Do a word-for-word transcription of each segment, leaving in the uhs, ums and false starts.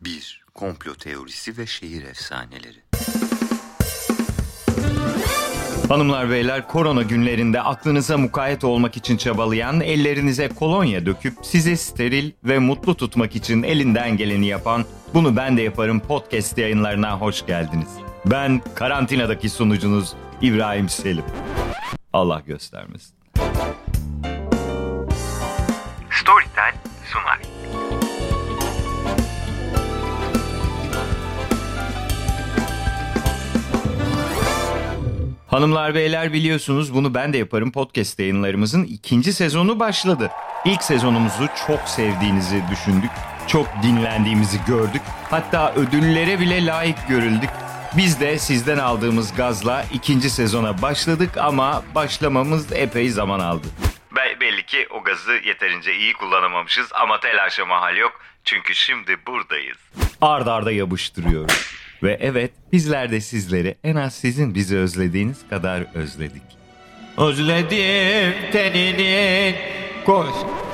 bir. Komplo teorisi ve şehir efsaneleri. Hanımlar beyler, korona günlerinde aklınıza mukayyet olmak için çabalayan, ellerinize kolonya döküp sizi steril ve mutlu tutmak için elinden geleni yapan Bunu Ben de Yaparım podcast yayınlarına hoş geldiniz. Ben karantinadaki sunucunuz İbrahim Selim. Allah göstermesin. Storytel sunar. Hanımlar beyler, biliyorsunuz Bunu Ben de Yaparım podcast yayınlarımızın ikinci sezonu başladı. İlk sezonumuzu çok sevdiğinizi düşündük. Çok dinlendiğimizi gördük. Hatta ödüllere bile layık görüldük. Biz de sizden aldığımız gazla ikinci sezona başladık ama başlamamız epey zaman aldı. Be- belli ki o gazı yeterince iyi kullanamamışız ama telaşa mahal yok. Çünkü şimdi buradayız. Ard arda yapıştırıyoruz. Ve evet, bizler de sizleri en az sizin bizi özlediğiniz kadar özledik. Özledim teninin koş.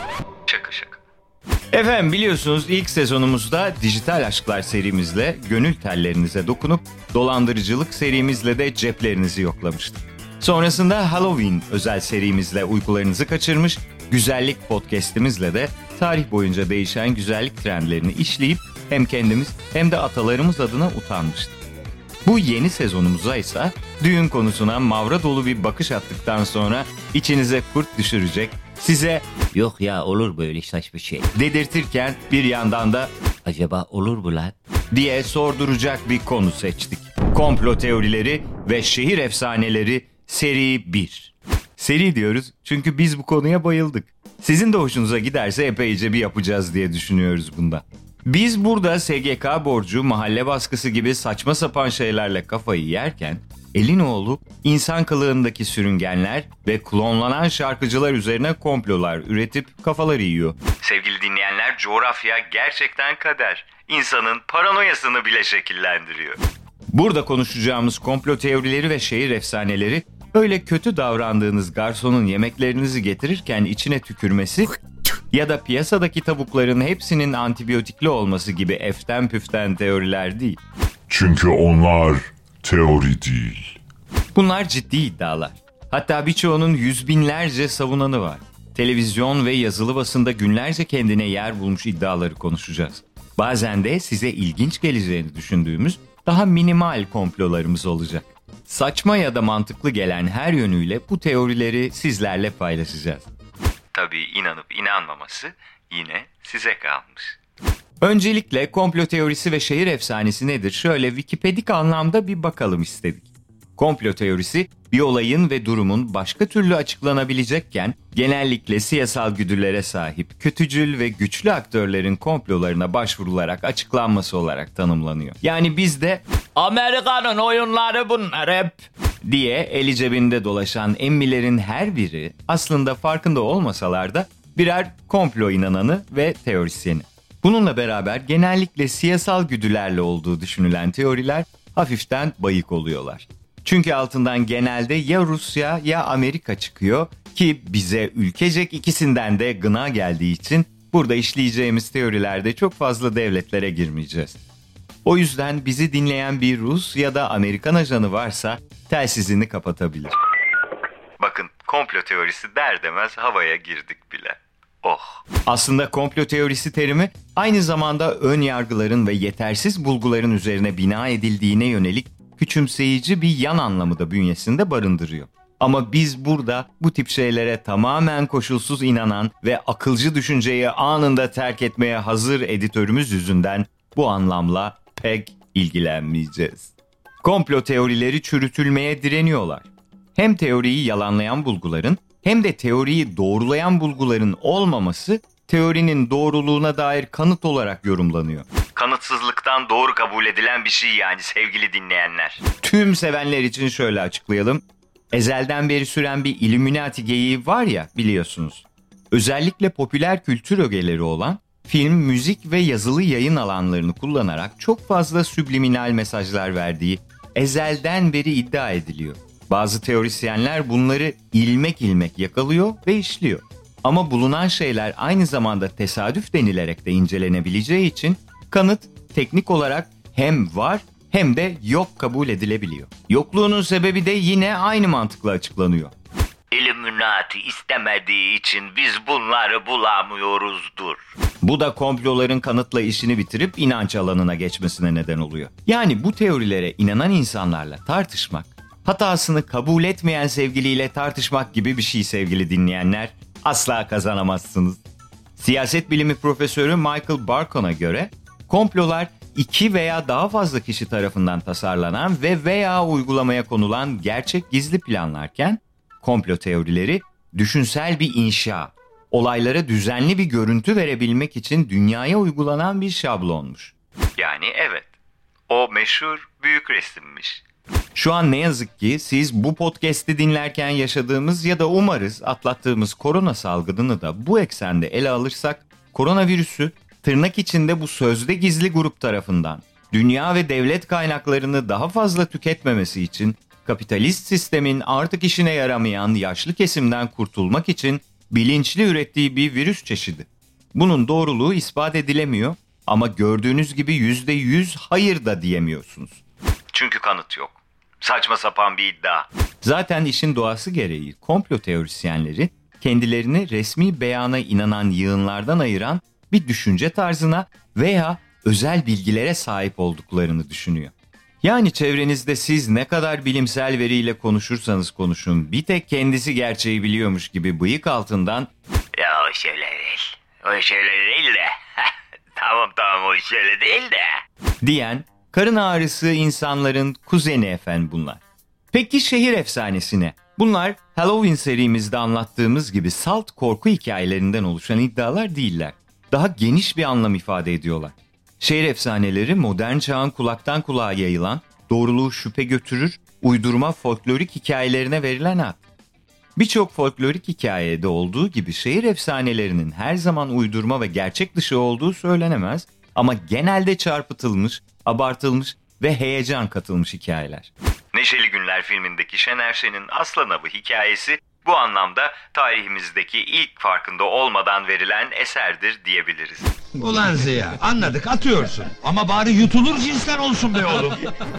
Şaka şaka. Efendim, biliyorsunuz ilk sezonumuzda dijital aşklar serimizle gönül tellerinize dokunup dolandırıcılık serimizle de ceplerinizi yoklamıştık. Sonrasında Halloween özel serimizle uykularınızı kaçırmış, güzellik podcastimizle de tarih boyunca değişen güzellik trendlerini işleyip hem kendimiz hem de atalarımız adına utanmıştık. Bu yeni sezonumuza ise düğün konusuna mavra dolu bir bakış attıktan sonra içinize kurt düşürecek, size "Yok ya, olur böyle saçma şey" dedirtirken bir yandan da "Acaba olur mu lan?" diye sorduracak bir konu seçtik. Komplo teorileri ve şehir efsaneleri seri bir. Seri diyoruz çünkü biz bu konuya bayıldık. Sizin de hoşunuza giderse epeyce bir yapacağız diye düşünüyoruz bunda. Biz burada S G K borcu, mahalle baskısı gibi saçma sapan şeylerle kafayı yerken Elinoğlu insan kılığındaki sürüngenler ve klonlanan şarkıcılar üzerine komplolar üretip kafaları yiyor. Sevgili dinleyenler, coğrafya gerçekten kader. İnsanın paranoyasını bile şekillendiriyor. Burada konuşacağımız komplo teorileri ve şehir efsaneleri öyle kötü davrandığınız garsonun yemeklerinizi getirirken içine tükürmesi ya da piyasadaki tavukların hepsinin antibiyotikli olması gibi eften püften teoriler değil. Çünkü onlar teori değil. Bunlar ciddi iddialar. Hatta birçoğunun yüz binlerce savunanı var. Televizyon ve yazılı basında günlerce kendine yer bulmuş iddiaları konuşacağız. Bazen de size ilginç geleceğini düşündüğümüz daha minimal komplolarımız olacak. Saçma ya da mantıklı gelen her yönüyle bu teorileri sizlerle paylaşacağız. Tabii inanıp inanmaması yine size kalmış. Öncelikle komplo teorisi ve şehir efsanesi nedir? Şöyle Wikipedik anlamda bir bakalım istedik. Komplo teorisi, bir olayın ve durumun başka türlü açıklanabilecekken genellikle siyasal güdülere sahip, kötücül ve güçlü aktörlerin komplolarına başvurularak açıklanması olarak tanımlanıyor. Yani bizde "Amerika'nın oyunları bunlar hep" diye eli cebinde dolaşan emmilerin her biri aslında farkında olmasalar da birer komplo inananı ve teorisyeni. Bununla beraber genellikle siyasal güdülerle olduğu düşünülen teoriler hafiften bayık oluyorlar. Çünkü altından genelde ya Rusya ya Amerika çıkıyor ki bize ülkecek ikisinden de gına geldiği için burada işleyeceğimiz teorilerde çok fazla devletlere girmeyeceğiz. O yüzden bizi dinleyen bir Rus ya da Amerikan ajanı varsa telsizini kapatabilir. Bakın, komplo teorisi der demez havaya girdik bile. Oh. Aslında komplo teorisi terimi aynı zamanda ön yargıların ve yetersiz bulguların üzerine bina edildiğine yönelik küçümseyici bir yan anlamı da bünyesinde barındırıyor. Ama biz burada bu tip şeylere tamamen koşulsuz inanan ve akılcı düşünceyi anında terk etmeye hazır editörümüz yüzünden bu anlamla pek ilgilenmeyeceğiz. Komplo teorileri çürütülmeye direniyorlar. Hem teoriyi yalanlayan bulguların hem de teoriyi doğrulayan bulguların olmaması teorinin doğruluğuna dair kanıt olarak yorumlanıyor. Kanıtsızlıktan doğru kabul edilen bir şey yani sevgili dinleyenler. Tüm sevenler için şöyle açıklayalım. Ezelden beri süren bir Illuminati geyiği var ya, biliyorsunuz. Özellikle popüler kültür ögeleri olan film, müzik ve yazılı yayın alanlarını kullanarak çok fazla subliminal mesajlar verdiği ezelden beri iddia ediliyor. Bazı teorisyenler bunları ilmek ilmek yakalıyor ve işliyor. Ama bulunan şeyler aynı zamanda tesadüf denilerek de incelenebileceği için kanıt teknik olarak hem var hem de yok kabul edilebiliyor. Yokluğunun sebebi de yine aynı mantıkla açıklanıyor. İlluminati istemediği için biz bunları bulamıyoruzdur. Bu da komploların kanıtla işini bitirip inanç alanına geçmesine neden oluyor. Yani bu teorilere inanan insanlarla tartışmak, hatasını kabul etmeyen sevgiliyle tartışmak gibi bir şey sevgili dinleyenler. Asla kazanamazsınız. Siyaset bilimi profesörü Michael Barkon'a göre komplolar iki veya daha fazla kişi tarafından tasarlanan ve veya uygulamaya konulan gerçek gizli planlarken komplo teorileri düşünsel bir inşa, olaylara düzenli bir görüntü verebilmek için dünyaya uygulanan bir şablonmuş. Yani evet, o meşhur büyük resimmiş. Şu an ne yazık ki siz bu podcast'i dinlerken yaşadığımız ya da umarız atlattığımız korona salgınını da bu eksende ele alırsak, koronavirüsü tırnak içinde bu sözde gizli grup tarafından dünya ve devlet kaynaklarını daha fazla tüketmemesi için kapitalist sistemin artık işine yaramayan yaşlı kesimden kurtulmak için bilinçli ürettiği bir virüs çeşidi. Bunun doğruluğu ispat edilemiyor ama gördüğünüz gibi yüzde yüz hayır da diyemiyorsunuz. Çünkü kanıt yok. Saçma sapan bir iddia. Zaten işin doğası gereği komplo teorisyenleri kendilerini resmi beyana inanan yığınlardan ayıran bir düşünce tarzına veya özel bilgilere sahip olduklarını düşünüyor. Yani çevrenizde siz ne kadar bilimsel veriyle konuşursanız konuşun bir tek kendisi gerçeği biliyormuş gibi bıyık altından Ya o şöyle değil. O şöyle değil de. tamam tamam o şöyle değil de. diyen karın ağrısı insanların kuzeni efendim bunlar. Peki şehir efsanesi ne? Bunlar Halloween serimizde anlattığımız gibi salt korku hikayelerinden oluşan iddialar değiller. Daha geniş bir anlam ifade ediyorlar. Şehir efsaneleri modern çağın kulaktan kulağa yayılan, doğruluğu şüphe götürür, uydurma folklorik hikayelerine verilen ad. Birçok folklorik hikayede olduğu gibi şehir efsanelerinin her zaman uydurma ve gerçek dışı olduğu söylenemez ama genelde çarpıtılmış, abartılmış ve heyecan katılmış hikayeler. Neşeli Günler filmindeki Şener Şen'in Aslan Avı hikayesi bu anlamda tarihimizdeki ilk farkında olmadan verilen eserdir diyebiliriz. Ulan Ziya, anladık atıyorsun. Ama bari yutulur cinsten olsun be oğlum.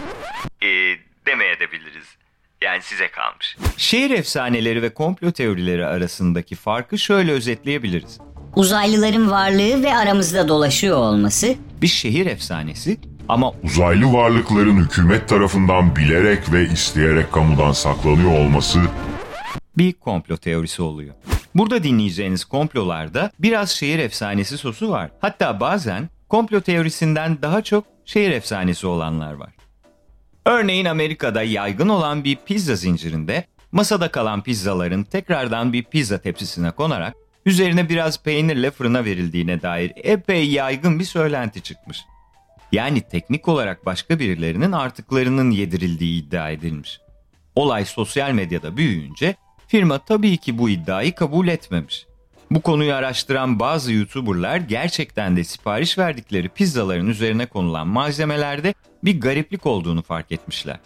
Ee, demeye de biliriz. Yani size kalmış. Şehir efsaneleri ve komplo teorileri arasındaki farkı şöyle özetleyebiliriz. Uzaylıların varlığı ve aramızda dolaşıyor olması, Bir şehir efsanesi ama Uzaylı varlıkların hükümet tarafından bilerek ve isteyerek kamudan saklanıyor olması bir komplo teorisi oluyor. Burada dinleyeceğiniz komplolarda biraz şehir efsanesi sosu var. Hatta bazen komplo teorisinden daha çok şehir efsanesi olanlar var. Örneğin Amerika'da yaygın olan bir pizza zincirinde masada kalan pizzaların tekrardan bir pizza tepsisine konarak üzerine biraz peynirle fırına verildiğine dair epey yaygın bir söylenti çıkmış. Yani teknik olarak başka birilerinin artıklarının yedirildiği iddia edilmiş. Olay sosyal medyada büyüyünce firma tabii ki bu iddiayı kabul etmemiş. Bu konuyu araştıran bazı YouTuber'lar gerçekten de sipariş verdikleri pizzaların üzerine konulan malzemelerde bir gariplik olduğunu fark etmişler.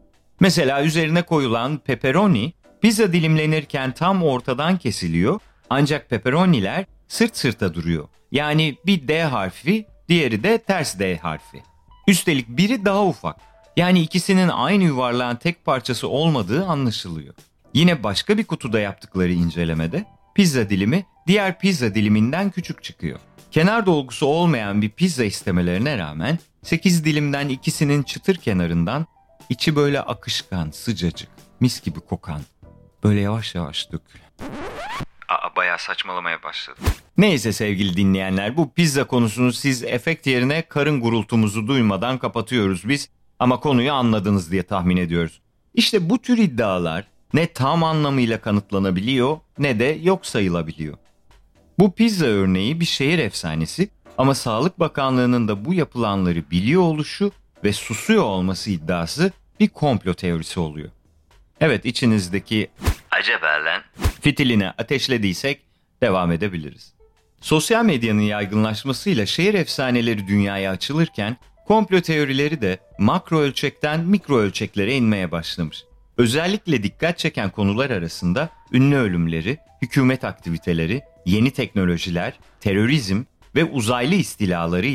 Mesela üzerine koyulan pepperoni pizza dilimlenirken tam ortadan kesiliyor ancak pepperoniler sırt sırta duruyor. Yani bir D harfi, diğeri de ters D harfi. Üstelik biri daha ufak. Yani ikisinin aynı yuvarlağın tek parçası olmadığı anlaşılıyor. Yine başka bir kutuda yaptıkları incelemede pizza dilimi diğer pizza diliminden küçük çıkıyor. Kenar dolgusu olmayan bir pizza istemelerine rağmen sekiz dilimden ikisinin çıtır kenarından içi böyle akışkan, sıcacık, mis gibi kokan, böyle yavaş yavaş dökül. Aa, bayağı saçmalamaya başladı. Neyse sevgili dinleyenler, bu pizza konusunu siz efekt yerine karın gurultumuzu duymadan kapatıyoruz biz ama konuyu anladınız diye tahmin ediyoruz. İşte bu tür iddialar ne tam anlamıyla kanıtlanabiliyor ne de yok sayılabiliyor. Bu pizza örneği bir şehir efsanesi ama Sağlık Bakanlığı'nın da bu yapılanları biliyor oluşu ve susuyor olması iddiası bir komplo teorisi oluyor. Evet, içinizdeki Acaba lan? fitilini ateşlediysek devam edebiliriz. Sosyal medyanın yaygınlaşmasıyla şehir efsaneleri dünyaya açılırken komplo teorileri de makro ölçekten mikro ölçeklere inmeye başlamış. Özellikle dikkat çeken konular arasında ünlü ölümleri, hükümet aktiviteleri, yeni teknolojiler, terörizm ve uzaylı istilalarıyla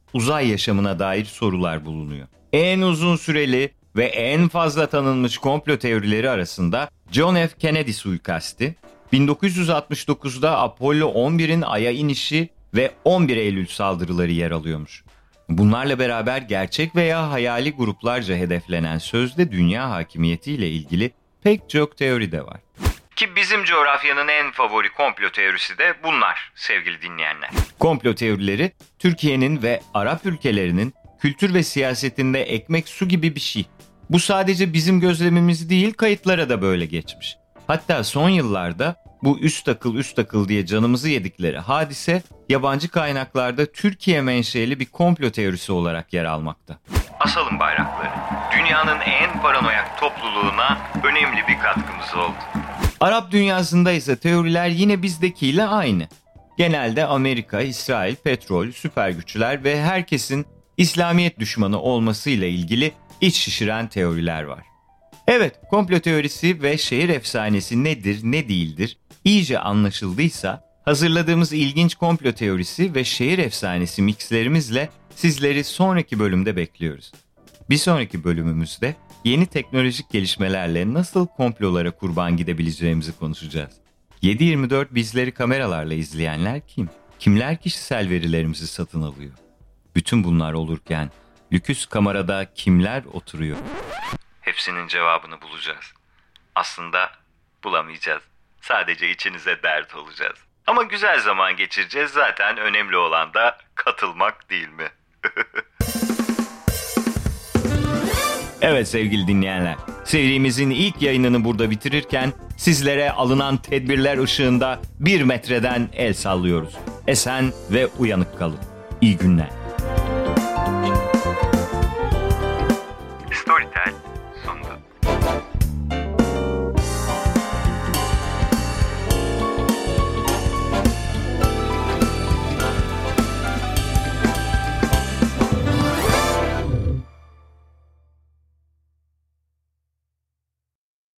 uzay yaşamına dair sorular bulunuyor. En uzun süreli ve en fazla tanınmış komplo teorileri arasında John F. Kennedy suikasti, bin dokuz yüz altmış dokuzda Apollo on birin Ay'a inişi ve on bir Eylül saldırıları yer alıyormuş. Bunlarla beraber gerçek veya hayali gruplarca hedeflenen sözde dünya hakimiyetiyle ilgili pek çok teori de var. Ki bizim coğrafyanın en favori komplo teorisi de bunlar sevgili dinleyenler. Komplo teorileri Türkiye'nin ve Arap ülkelerinin kültür ve siyasetinde ekmek su gibi bir şey. Bu sadece bizim gözlemimiz değil, kayıtlara da böyle geçmiş. Hatta son yıllarda bu üst akıl üst akıl diye canımızı yedikleri hadise yabancı kaynaklarda Türkiye menşeli bir komplo teorisi olarak yer almakta. Asalım bayrakları. Dünyanın en paranoyak topluluğuna önemli bir katkımız oldu. Arap dünyasında ise teoriler yine bizdekiyle aynı. Genelde Amerika, İsrail, petrol, süper güçler ve herkesin İslamiyet düşmanı olmasıyla ilgili iç şişiren teoriler var. Evet, komplo teorisi ve şehir efsanesi nedir, ne değildir iyice anlaşıldıysa, hazırladığımız ilginç komplo teorisi ve şehir efsanesi mixlerimizle sizleri sonraki bölümde bekliyoruz. Bir sonraki bölümümüzde yeni teknolojik gelişmelerle nasıl komplolara kurban gidebileceğimizi konuşacağız. yedi yirmi dört bizleri kameralarla izleyenler kim? Kimler kişisel verilerimizi satın alıyor? Bütün bunlar olurken lüküs kamerada kimler oturuyor? Hepsinin cevabını bulacağız. Aslında bulamayacağız. Sadece içinize dert olacağız. Ama güzel zaman geçireceğiz. Zaten önemli olan da katılmak değil mi? Evet sevgili dinleyenler, serimizin ilk yayınını burada bitirirken sizlere alınan tedbirler ışığında bir metreden el sallıyoruz. Esen ve uyanık kalın. İyi günler.